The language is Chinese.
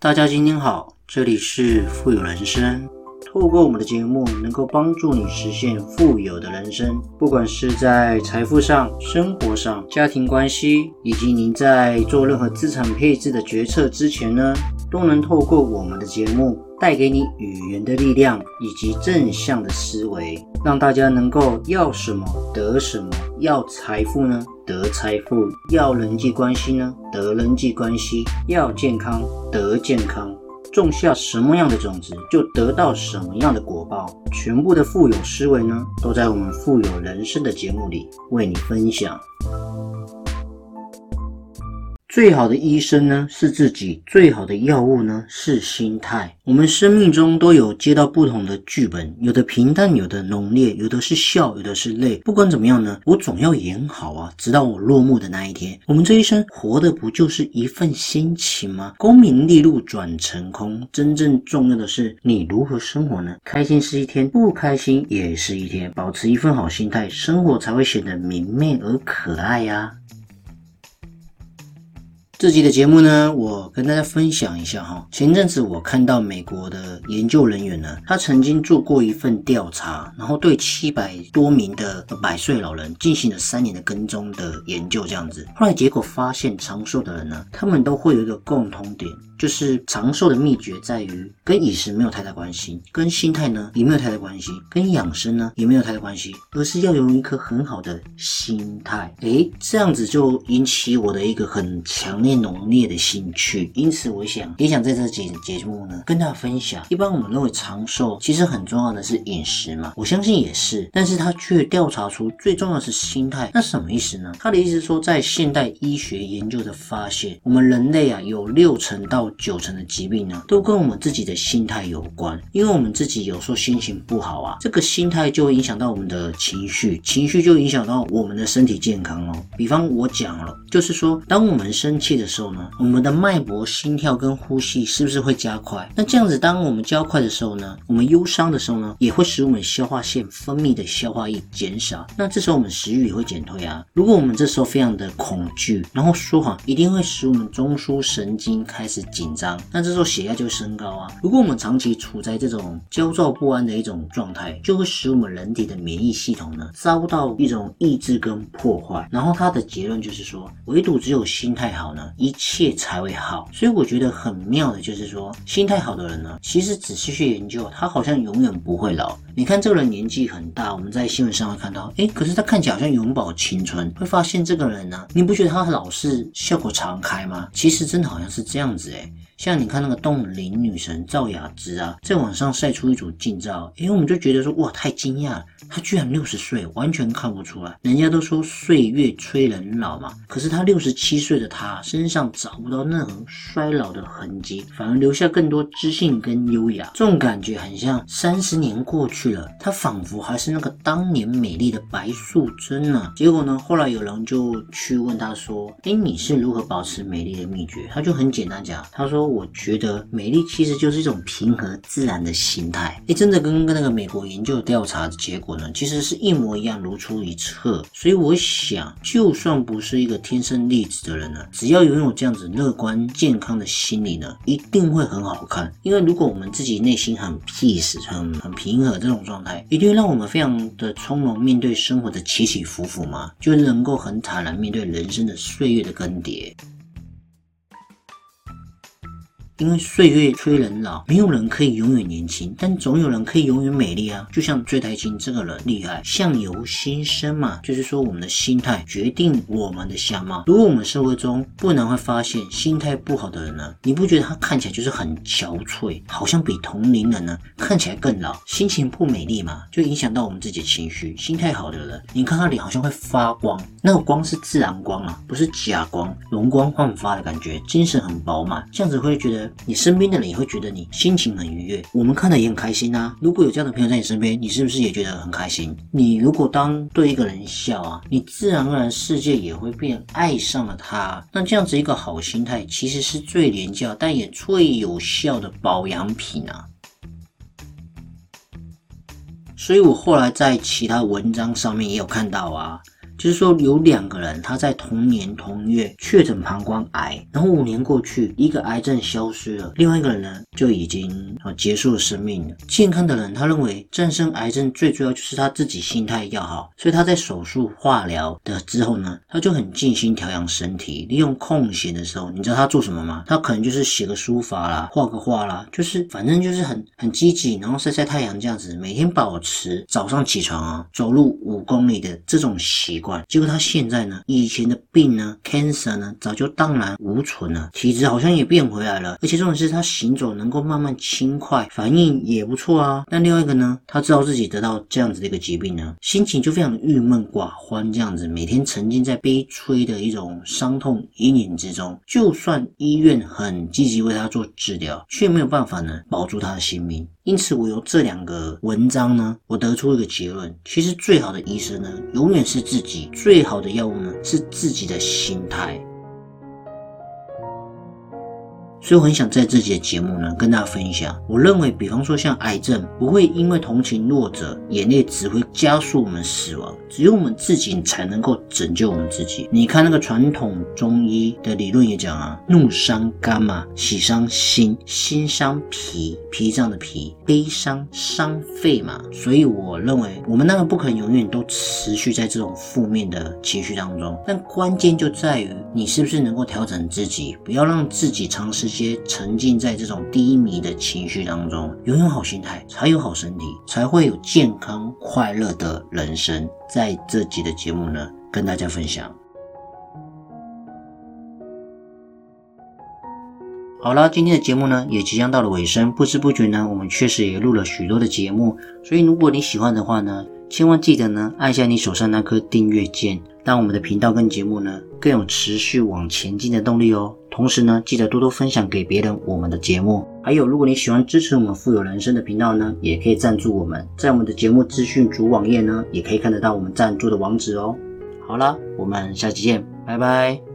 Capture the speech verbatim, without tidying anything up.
大家今天好，这里是富有人生。透过我们的节目，能够帮助你实现富有的人生，不管是在财富上、生活上、家庭关系，以及您在做任何资产配置的决策之前呢，都能透过我们的节目带给你语言的力量以及正向的思维，让大家能够要什么得什么，要财富呢得财富，要人际关系呢得人际关系，要健康得健康。种下什么样的种子，就得到什么样的果报。全部的富有思维呢，都在我们富有人生的节目里为你分享。最好的医生呢是自己，最好的药物呢是心态。我们生命中都有接到不同的剧本，有的平淡，有的浓烈，有的是笑，有的是泪。不管怎么样呢，我总要演好啊，直到我落幕的那一天。我们这一生活的不就是一份心情吗？功名利禄转成空，真正重要的是你如何生活呢？开心是一天，不开心也是一天。保持一份好心态，生活才会显得明媚而可爱呀。这集的节目呢，我跟大家分享一下哈。前阵子我看到美国的研究人员呢，他曾经做过一份调查，然后对七百多名的百岁老人进行了三年的跟踪的研究，这样子。后来结果发现，长寿的人呢，他们都会有一个共同点，就是长寿的秘诀在于跟饮食没有太大关系，跟心态呢也没有太大关系，跟养生呢也没有太大关系，而是要有一颗很好的心态。诶，这样子就引起我的一个很强烈浓烈的兴趣，因此我想也想在这节节目呢跟大家分享。一般我们认为长寿其实很重要的是饮食嘛，我相信也是，但是他却调查出最重要的是心态。那什么意思呢？他的意思是说，在现代医学研究的发现，我们人类啊有六成到九成的疾病呢，都跟我们自己的心态有关。因为我们自己有时候心情不好啊，这个心态就会影响到我们的情绪，情绪就影响到我们的身体健康哦。比方我讲了，就是说，当我们生气的时候呢，我们的脉搏、心跳跟呼吸是不是会加快？那这样子，当我们加快的时候呢，我们忧伤的时候呢，也会使我们消化腺分泌的消化液减少。那这时候我们食欲也会减退啊。如果我们这时候非常的恐惧，然后说谎，一定会使我们中枢神经开始紧张，那这时候血压就会升高啊。如果我们长期处在这种焦躁不安的一种状态，就会使我们人体的免疫系统呢遭到一种抑制跟破坏。然后他的结论就是说，唯独只有心态好呢，一切才会好。所以我觉得很妙的就是说，心态好的人呢，其实仔细去研究，他好像永远不会老。你看这个人年纪很大，我们在新闻上会看到，诶，可是他看起来好像永葆青春，会发现这个人呢，你不觉得他老是笑口常开吗？其实真的好像是这样子诶。像你看那个冻龄女神赵雅芝啊，在网上晒出一组近照，诶，我们就觉得说，哇，太惊讶了，她居然六十岁，完全看不出来。人家都说岁月催人老嘛，可是她六十七岁的她身上找不到任何衰老的痕迹，反而留下更多知性跟优雅。这种感觉很像三十年过去了，她仿佛还是那个当年美丽的白素贞啊。结果呢，后来有人就去问她说，诶，你是如何保持美丽的秘诀？她就很简单讲，她说，我觉得美丽其实就是一种平和自然的心态。诶，真的跟那个美国研究调查的结果呢，其实是一模一样，如出一辙。所以我想，就算不是一个天生丽质的人呢，只要拥有这样子乐观健康的心理呢，一定会很好看。因为如果我们自己内心很 peace 很很平和这种状态，一定会让我们非常的从容面对生活的起起伏伏嘛，就能够很坦然面对人生的岁月的更迭。因为岁月催人老，没有人可以永远年轻，但总有人可以永远美丽啊。就像追台青这个人厉害，相由心生嘛，就是说我们的心态决定我们的相貌。如果我们社会中不难会发现心态不好的人呢，你不觉得他看起来就是很憔悴，好像比同龄人呢看起来更老，心情不美丽嘛，就影响到我们自己的情绪。心态好的人，你看他脸好像会发光，那个光是自然光啊，不是假光，容光焕发的感觉，精神很饱满，这样子会觉得你身边的人也会觉得你心情很愉悦，我们看了也很开心啊。如果有这样的朋友在你身边，你是不是也觉得很开心？你如果当对一个人笑啊，你自然而然世界也会变爱上了他。那这样子一个好心态，其实是最廉价但也最有效的保养品啊。所以我后来在其他文章上面也有看到啊， 就是说有两个人他在同年同月确诊膀胱癌，然后五年过去，一个癌症消失了，另外一个人呢就已经结束了生命了。健康的人他认为战胜癌症最主要就是他自己心态要好，所以他在手术化疗的之后呢，他就很静心调养身体，利用空闲的时候，你知道他做什么吗？他可能就是写个书法啦，画个画啦，就是反正就是很很积极，然后晒晒太阳这样子，每天保持早上起床啊走路五公里的这种习惯。结果他现在呢，以前的病呢 cancer 呢早就荡然无存了，体质好像也变回来了，而且重点是他行走能够慢慢轻快，反应也不错啊。那另外一个呢，他知道自己得到这样子的一个疾病呢，心情就非常郁闷寡欢，这样子每天沉浸在悲催的一种伤痛阴影之中，就算医院很积极为他做治疗，却没有办法呢保住他的性命。因此我由这两个文章呢，我得出一个结论，其实最好的医生呢永远是自己，最好的药物呢是自己的心态。所以我很想在这集的节目呢跟大家分享，我认为比方说像癌症不会因为同情弱者，眼泪只会加速我们死亡，只有我们自己才能够拯救我们自己。你看那个传统中医的理论也讲啊，怒伤肝嘛，喜伤心，心伤脾，脾脏的脾，悲伤伤肺嘛。所以我认为我们那个不可能永远都持续在这种负面的情绪当中，但关键就在于你是不是能够调整自己，不要让自己长时间沉浸在这种低迷的情绪当中。拥有好心态才有好身体，才会有健康快乐的人生。在这集的节目呢跟大家分享。好了，今天的节目呢也即将到了尾声，不知不觉呢我们确实也录了许多的节目，所以如果你喜欢的话呢，千万记得呢按下你手上那颗订阅键，让我们的频道跟节目呢更有持续往前进的动力哦。同时呢，记得多多分享给别人我们的节目。还有，如果你喜欢支持我们富有人生的频道呢，也可以赞助我们，在我们的节目资讯主网页呢，也可以看得到我们赞助的网址哦。好啦，我们下期见，拜拜。